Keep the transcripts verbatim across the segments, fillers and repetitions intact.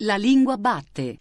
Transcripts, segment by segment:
La lingua batte.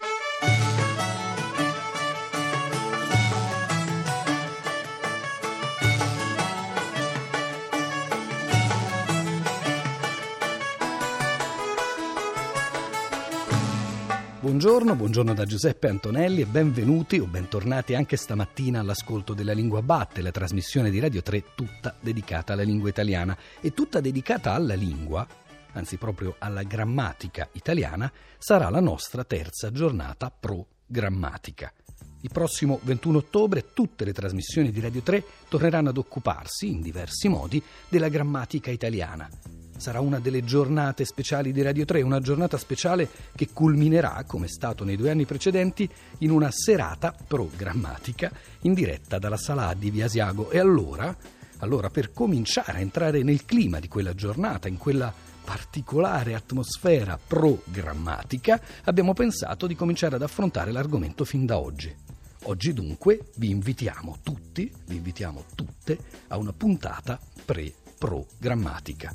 Buongiorno, buongiorno da Giuseppe Antonelli e benvenuti o bentornati anche stamattina all'ascolto della Lingua Batte, la trasmissione di Radio tre tutta dedicata alla lingua italiana e tutta dedicata alla lingua, anzi proprio alla grammatica italiana, sarà la nostra terza giornata pro grammatica. Il prossimo ventuno ottobre tutte le trasmissioni di Radio tre torneranno ad occuparsi, in diversi modi, della grammatica italiana. Sarà una delle giornate speciali di Radio tre, una giornata speciale che culminerà, come è stato nei due anni precedenti, in una serata pro grammatica in diretta dalla Sala A di Via Asiago. E allora, allora, per cominciare a entrare nel clima di quella giornata, in quella particolare atmosfera pro grammatica, abbiamo pensato di cominciare ad affrontare l'argomento fin da oggi. Oggi dunque vi invitiamo tutti, vi invitiamo tutte a una puntata pre pro grammatica.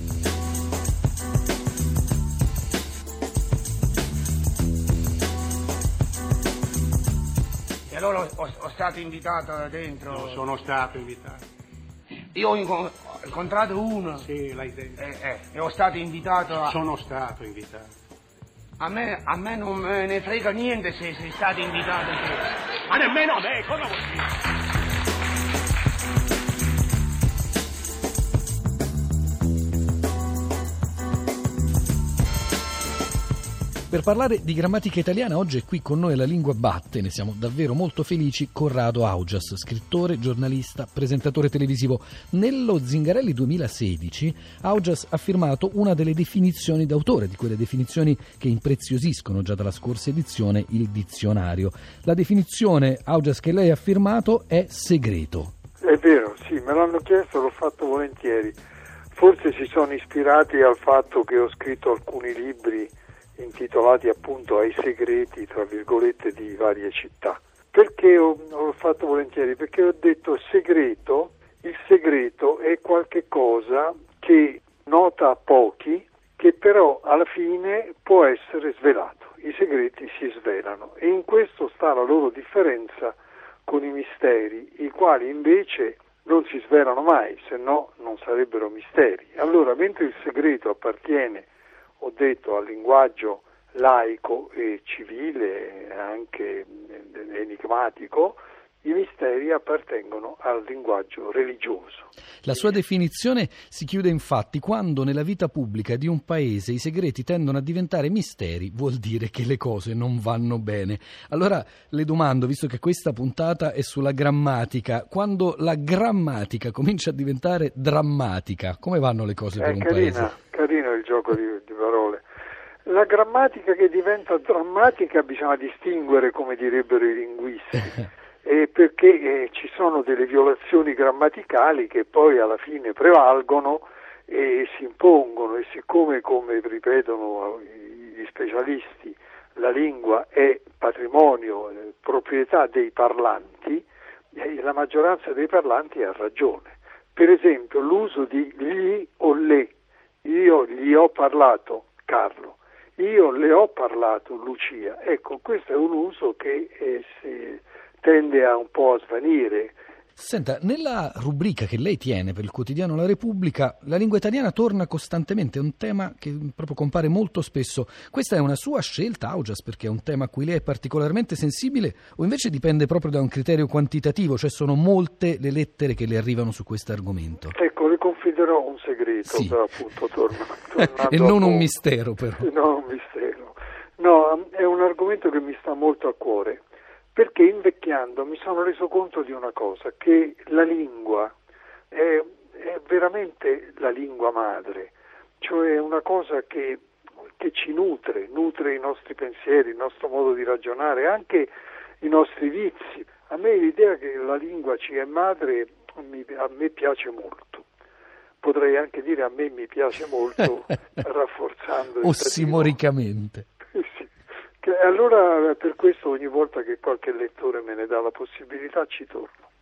E allora ho, ho stato invitato dentro. No, sono stato invitato. Io ho, inco- ho incontrato uno. Sì, l'hai detto. Eh, eh, e ho stato invitato a. Sono stato invitato. A me, a me non me ne frega niente se sei stato invitato te. Ma nemmeno a me, cosa vuol dire? Per parlare di grammatica italiana oggi è qui con noi alla Lingua Batte, ne siamo davvero molto felici, Corrado Augias, scrittore, giornalista, presentatore televisivo. Nello Zingarelli duemilasedici Augias ha firmato una delle definizioni d'autore, di quelle definizioni che impreziosiscono già dalla scorsa edizione il dizionario. La definizione, Augias, che lei ha firmato è segreto. È vero, sì, me l'hanno chiesto, l'ho fatto volentieri. Forse si sono ispirati al fatto che ho scritto alcuni libri intitolati appunto ai segreti, tra virgolette, di varie città. Perché ho, ho fatto volentieri? Perché ho detto segreto, il segreto è qualche cosa che nota a pochi, che però alla fine può essere svelato. I segreti si svelano e in questo sta la loro differenza con i misteri, i quali invece non si svelano mai, se no non sarebbero misteri. Allora, mentre il segreto appartiene, ho detto, al linguaggio laico e civile, anche enigmatico, i misteri appartengono al linguaggio religioso. La sua definizione si chiude infatti: quando nella vita pubblica di un paese i segreti tendono a diventare misteri, vuol dire che le cose non vanno bene. Allora le domando, visto che questa puntata è sulla grammatica, quando la grammatica comincia a diventare drammatica, come vanno le cose È per un carina, paese? Carino il gioco di, di parole. La grammatica che diventa drammatica bisogna distinguere, come direbbero i linguisti. Eh, perché eh, ci sono delle violazioni grammaticali che poi alla fine prevalgono e si impongono, e siccome, come ripetono gli specialisti, la lingua è patrimonio, eh, proprietà dei parlanti, eh, la maggioranza dei parlanti ha ragione. Per esempio l'uso di gli o le, io gli ho parlato Carlo, io le ho parlato Lucia, ecco, questo è un uso che eh, si tende a un po' a svanire. Senta, nella rubrica che lei tiene per il quotidiano La Repubblica, la lingua italiana torna costantemente, è un tema che proprio compare molto spesso. Questa è una sua scelta, Augias, perché è un tema a cui lei è particolarmente sensibile, o invece dipende proprio da un criterio quantitativo, cioè sono molte le lettere che le arrivano su questo argomento? Ecco, le confiderò un segreto, sì. però appunto torno, tornando e non un po', mistero però. Non un mistero. No, è un argomento che mi sta molto a cuore. Perché invecchiando mi sono reso conto di una cosa, che la lingua è, è veramente la lingua madre, cioè una cosa che, che ci nutre, nutre i nostri pensieri, il nostro modo di ragionare, anche i nostri vizi. A me l'idea che la lingua ci è madre mi, a me piace molto. Potrei anche dire a me mi piace molto, rafforzando il ossimoricamente. Sì. Che allora per questo ogni volta che qualche lettore me ne dà la possibilità ci torno.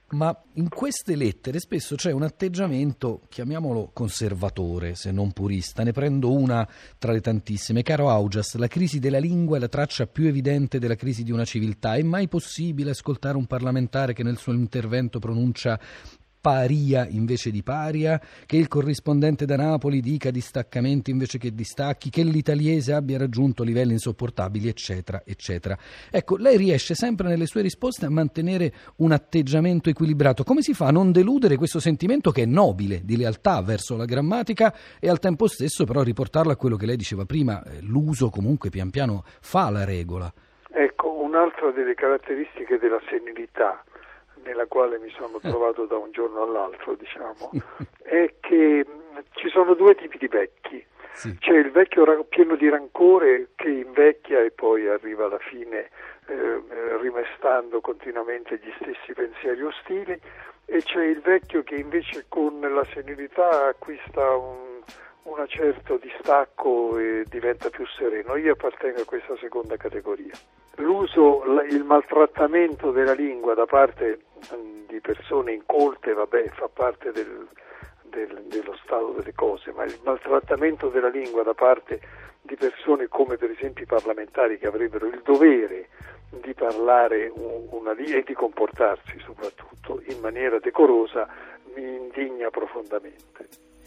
Ma in queste lettere spesso c'è un atteggiamento, chiamiamolo conservatore, se non purista. Ne prendo una tra le tantissime. Caro Augias, la crisi della lingua è la traccia più evidente della crisi di una civiltà. È mai possibile ascoltare un parlamentare che nel suo intervento pronuncia paria invece di paria, che il corrispondente da Napoli dica distaccamenti invece che distacchi, che l'italiese abbia raggiunto livelli insopportabili, eccetera, eccetera. Ecco, lei riesce sempre nelle sue risposte a mantenere un atteggiamento equilibrato. Come si fa a non deludere questo sentimento che è nobile, di lealtà verso la grammatica, e al tempo stesso però riportarlo a quello che lei diceva prima, l'uso comunque pian piano fa la regola? Ecco, un'altra delle caratteristiche della senilità nella quale mi sono trovato da un giorno all'altro, diciamo, è che ci sono due tipi di vecchi. Sì. C'è il vecchio pieno di rancore che invecchia e poi arriva alla fine eh, rimestando continuamente gli stessi pensieri ostili, e c'è il vecchio che invece con la senilità acquista un un certo distacco e diventa più sereno. Io appartengo a questa seconda categoria. L'uso, il maltrattamento della lingua da parte di persone incolte, vabbè, fa parte del, del, dello stato delle cose, ma il maltrattamento della lingua da parte di persone come per esempio i parlamentari, che avrebbero il dovere di parlare una lingua e di comportarsi soprattutto in maniera decorosa, mi indigna profondamente.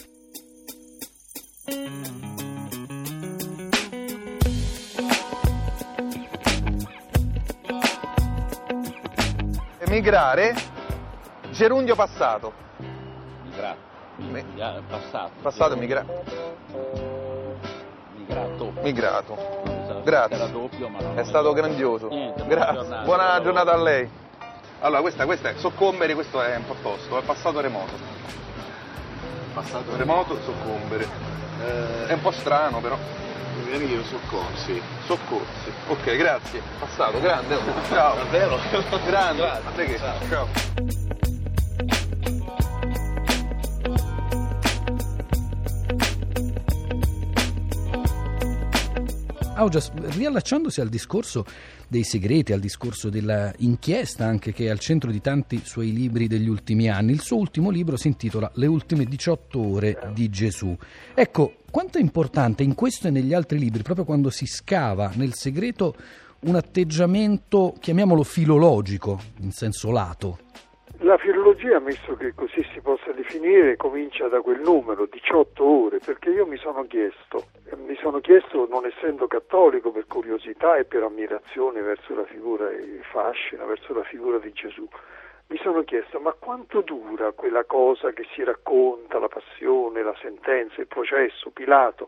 Emigrare, gerundio passato. Migrato. Mi... Passato. Passato, migrato. Migrato. Migrato. No, grazie. Era doppio, ma non è stato grandioso. Niente, grazie. Buona giornata, buona giornata a lei. Allora, questa, questa è soccombere, questo è un po' tosto, è passato remoto. Passato remoto, soccombere. Eh, è un po' strano però. Io soccorsi. Soccorsi. Ok, grazie. Passato, grande. Ciao. Davvero? Grande. Grazie. A te che? Ciao. Ciao. Augias, riallacciandosi al discorso dei segreti, al discorso della inchiesta anche che è al centro di tanti suoi libri degli ultimi anni, il suo ultimo libro si intitola Le ultime diciotto ore di Gesù. Ecco, quanto è importante in questo e negli altri libri, proprio quando si scava nel segreto, un atteggiamento, chiamiamolo filologico, in senso lato? La filologia, ammesso che così si possa definire, comincia da quel numero, diciotto ore, perché io mi sono chiesto, mi sono chiesto, non essendo cattolico, per curiosità e per ammirazione verso la figura e fascino, verso la figura di Gesù, mi sono chiesto, ma quanto dura quella cosa che si racconta, la passione, la sentenza, il processo, Pilato,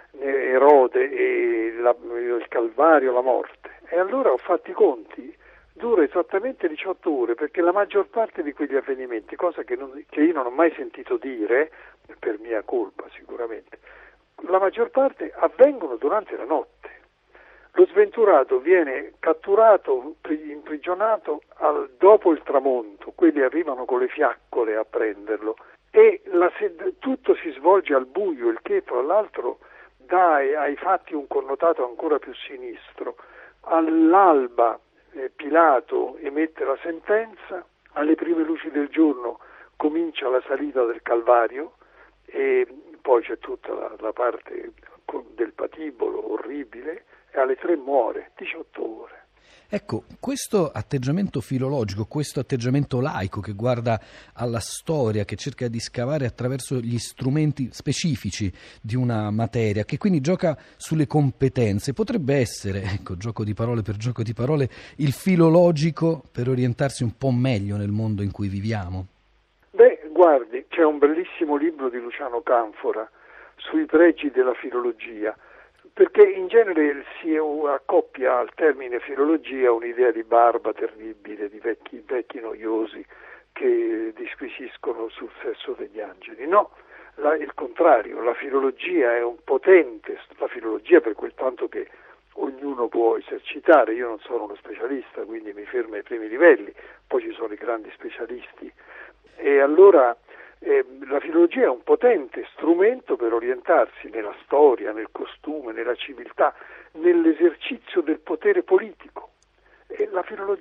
Erode, e la, il Calvario, la morte? E allora ho fatto i conti. Dura esattamente diciotto ore, perché la maggior parte di quegli avvenimenti, cosa che, non, che io non ho mai sentito dire, per mia colpa sicuramente, la maggior parte avvengono durante la notte. Lo sventurato viene catturato, imprigionato al, dopo il tramonto, quelli arrivano con le fiaccole a prenderlo, e la, tutto si svolge al buio, il che tra l'altro dà ai, ai fatti un connotato ancora più sinistro. All'alba Pilato emette la sentenza, alle prime luci del giorno comincia la salita del Calvario e poi c'è tutta la, la parte del patibolo orribile, e alle tre muore, diciotto ore. Ecco, questo atteggiamento filologico, questo atteggiamento laico che guarda alla storia, che cerca di scavare attraverso gli strumenti specifici di una materia, che quindi gioca sulle competenze, potrebbe essere, ecco, gioco di parole per gioco di parole, il filologico per orientarsi un po' meglio nel mondo in cui viviamo? Beh, guardi, c'è un bellissimo libro di Luciano Canfora sui pregi della filologia, perché in genere si accoppia al termine filologia un'idea di barba terribile, di vecchi, vecchi noiosi che disquisiscono sul sesso degli angeli. No, la, il contrario, la filologia è un potente, la filologia per quel tanto che ognuno può esercitare. Io non sono uno specialista, quindi mi fermo ai primi livelli, poi ci sono i grandi specialisti. E allora Eh, la filologia è un potente strumento per orientarsi nella storia, nel costume, nella civiltà, nell'esercizio del potere politico. E la filologia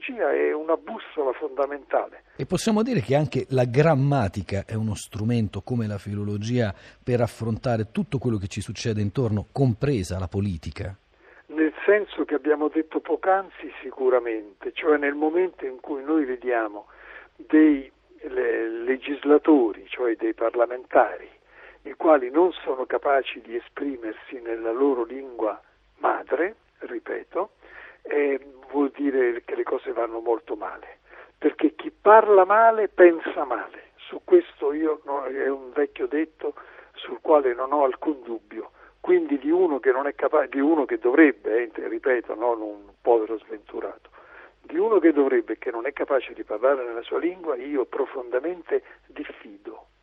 filologia è una bussola fondamentale. E possiamo dire che anche la grammatica è uno strumento, come la filologia, per affrontare tutto quello che ci succede intorno, compresa la politica? Nel senso che abbiamo detto poc'anzi sicuramente, cioè nel momento in cui noi vediamo dei le, legislatori, cioè dei parlamentari, i quali non sono capaci di esprimersi nella loro lingua madre, ripeto, eh, vuol dire che le cose vanno molto male, perché chi parla male pensa male. Su questo io no, è un vecchio detto sul quale non ho alcun dubbio. Quindi di uno che non è capace, di uno che dovrebbe, eh, ripeto, non un povero sventurato, di uno che dovrebbe e che non è capace di parlare nella sua lingua, io profondamente diffido.